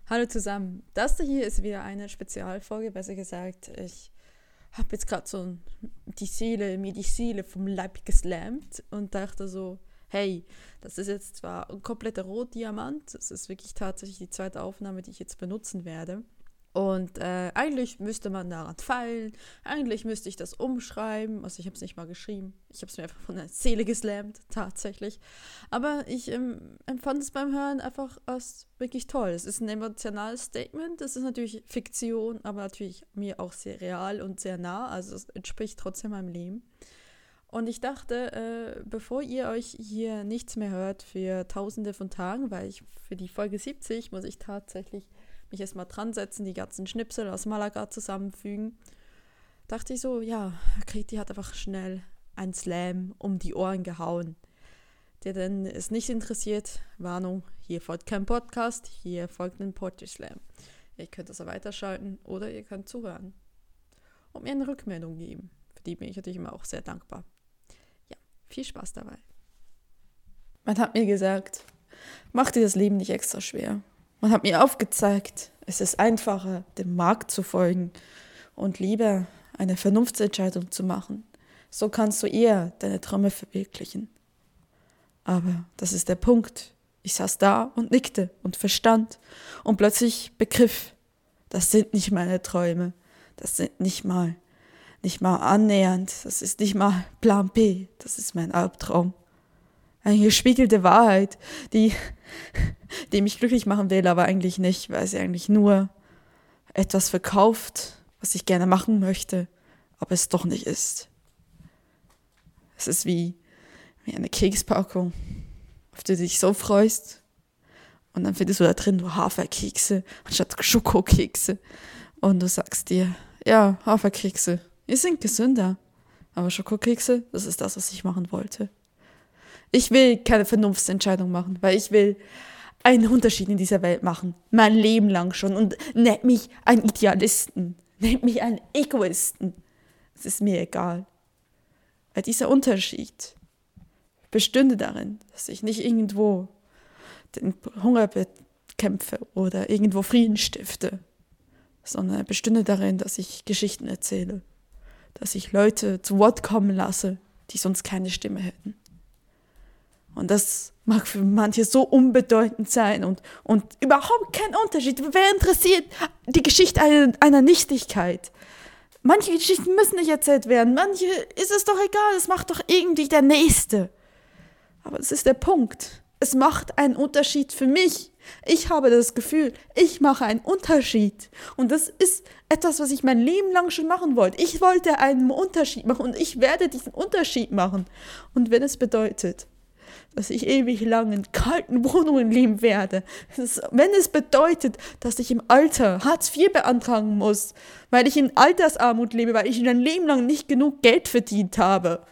Hallo zusammen. Das hier ist wieder eine Spezialfolge, besser gesagt. Ich habe jetzt gerade mir die Seele vom Leib geslammt und dachte so, hey, das ist jetzt zwar ein kompletter Rotdiamant, es ist wirklich tatsächlich die zweite Aufnahme, die ich jetzt benutzen werde. Und eigentlich müsste man daran feilen, eigentlich müsste ich das umschreiben, also ich habe es nicht mal geschrieben, ich habe es mir einfach von der Seele geslammt, tatsächlich. Aber ich empfand es beim Hören einfach als wirklich toll. Es ist ein emotionales Statement, es ist natürlich Fiktion, aber natürlich mir auch sehr real und sehr nah, also es entspricht trotzdem meinem Leben. Und ich dachte, bevor ihr euch hier nichts mehr hört für tausende von Tagen, weil ich für die Folge 70 muss ich tatsächlich mich erstmal dran setzen, die ganzen Schnipsel aus Malaga zusammenfügen, dachte ich so, ja, Kriti hat einfach schnell einen Slam um die Ohren gehauen. Der denn es nicht interessiert, Warnung, hier folgt kein Podcast, hier folgt ein Poetry Slam. Ihr könnt das weiterschalten oder ihr könnt zuhören und mir eine Rückmeldung geben. Für die bin ich natürlich immer auch sehr dankbar. Ja, viel Spaß dabei. Man hat mir gesagt, mach dir das Leben nicht extra schwer. Man hat mir aufgezeigt, es ist einfacher, dem Markt zu folgen und lieber eine Vernunftsentscheidung zu machen. So kannst du eher deine Träume verwirklichen. Aber das ist der Punkt. Ich saß da und nickte und verstand und plötzlich begriff, das sind nicht meine Träume. Das sind nicht mal annähernd. Das ist nicht mal Plan B. Das ist mein Albtraum. Eine gespiegelte Wahrheit, die mich glücklich machen will, aber eigentlich nicht, weil sie eigentlich nur etwas verkauft, was ich gerne machen möchte, aber es doch nicht ist. Es ist wie eine Kekspackung, auf die du dich so freust und dann findest du da drin nur Haferkekse anstatt Schokokekse und du sagst dir, ja, Haferkekse, die sind gesünder, aber Schokokekse, das ist das, was ich machen wollte. Ich will keine Vernunftsentscheidung machen, weil ich will einen Unterschied in dieser Welt machen. Mein Leben lang schon. Und nennt mich einen Idealisten. Nennt mich einen Egoisten. Es ist mir egal. Weil dieser Unterschied bestünde darin, dass ich nicht irgendwo den Hunger bekämpfe oder irgendwo Frieden stifte, sondern er bestünde darin, dass ich Geschichten erzähle. Dass ich Leute zu Wort kommen lasse, die sonst keine Stimme hätten. Und das mag für manche so unbedeutend sein und überhaupt kein Unterschied. Wer interessiert die Geschichte einer Nichtigkeit? Manche Geschichten müssen nicht erzählt werden. Manche ist es doch egal. Es macht doch irgendwie der Nächste. Aber das ist der Punkt. Es macht einen Unterschied für mich. Ich habe das Gefühl, ich mache einen Unterschied. Und das ist etwas, was ich mein Leben lang schon machen wollte. Ich wollte einen Unterschied machen und ich werde diesen Unterschied machen. Und wenn es bedeutet, dass ich ewig lang in kalten Wohnungen leben werde. Wenn es bedeutet, dass ich im Alter Hartz IV beantragen muss, weil ich in Altersarmut lebe, weil ich ein Leben lang nicht genug Geld verdient habe.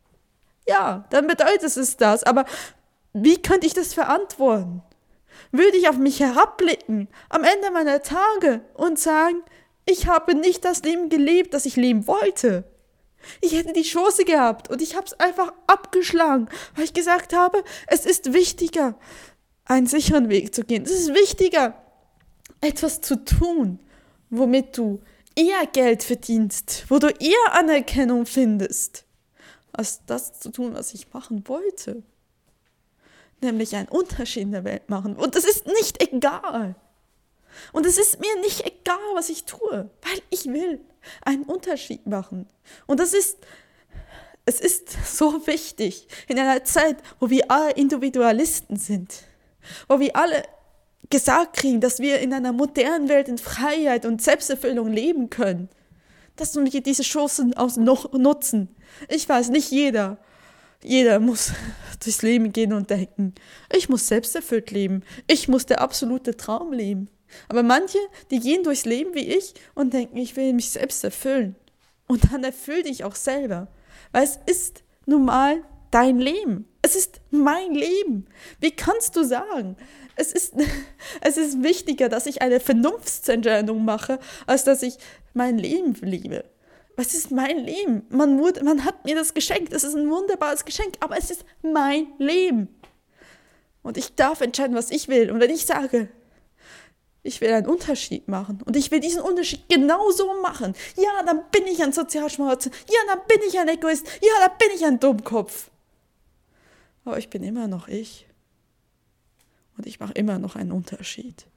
Ja, dann bedeutet es das. Aber wie könnte ich das verantworten? Würde ich auf mich herabblicken am Ende meiner Tage und sagen, ich habe nicht das Leben gelebt, das ich leben wollte? Ich hätte die Chance gehabt und ich habe es einfach abgeschlagen, weil ich gesagt habe, es ist wichtiger, einen sicheren Weg zu gehen. Es ist wichtiger, etwas zu tun, womit du eher Geld verdienst, wo du eher Anerkennung findest, als das zu tun, was ich machen wollte. Nämlich einen Unterschied in der Welt machen. Und das ist nicht egal. Und es ist mir nicht egal, was ich tue, weil ich will einen Unterschied machen. Und es ist so wichtig in einer Zeit, wo wir alle Individualisten sind, wo wir alle gesagt kriegen, dass wir in einer modernen Welt in Freiheit und Selbsterfüllung leben können, dass wir diese Chancen nutzen. Ich weiß, nicht jeder muss durchs Leben gehen und denken, ich muss selbsterfüllt leben, ich muss der absolute Traum leben. Aber manche, die gehen durchs Leben wie ich und denken, ich will mich selbst erfüllen. Und dann erfüll dich auch selber. Weil es ist nun mal dein Leben. Es ist mein Leben. Wie kannst du sagen, es ist wichtiger, dass ich eine Vernunftsentscheidung mache, als dass ich mein Leben liebe. Es ist mein Leben. Man hat mir das geschenkt. Es ist ein wunderbares Geschenk, aber es ist mein Leben. Und ich darf entscheiden, was ich will. Und wenn ich sage, Ich will einen Unterschied machen. Und ich will diesen Unterschied genauso machen. Ja, dann bin ich ein Sozialschmarotzer. Ja, dann bin ich ein Egoist. Ja, dann bin ich ein Dummkopf. Aber ich bin immer noch ich. Und ich mache immer noch einen Unterschied.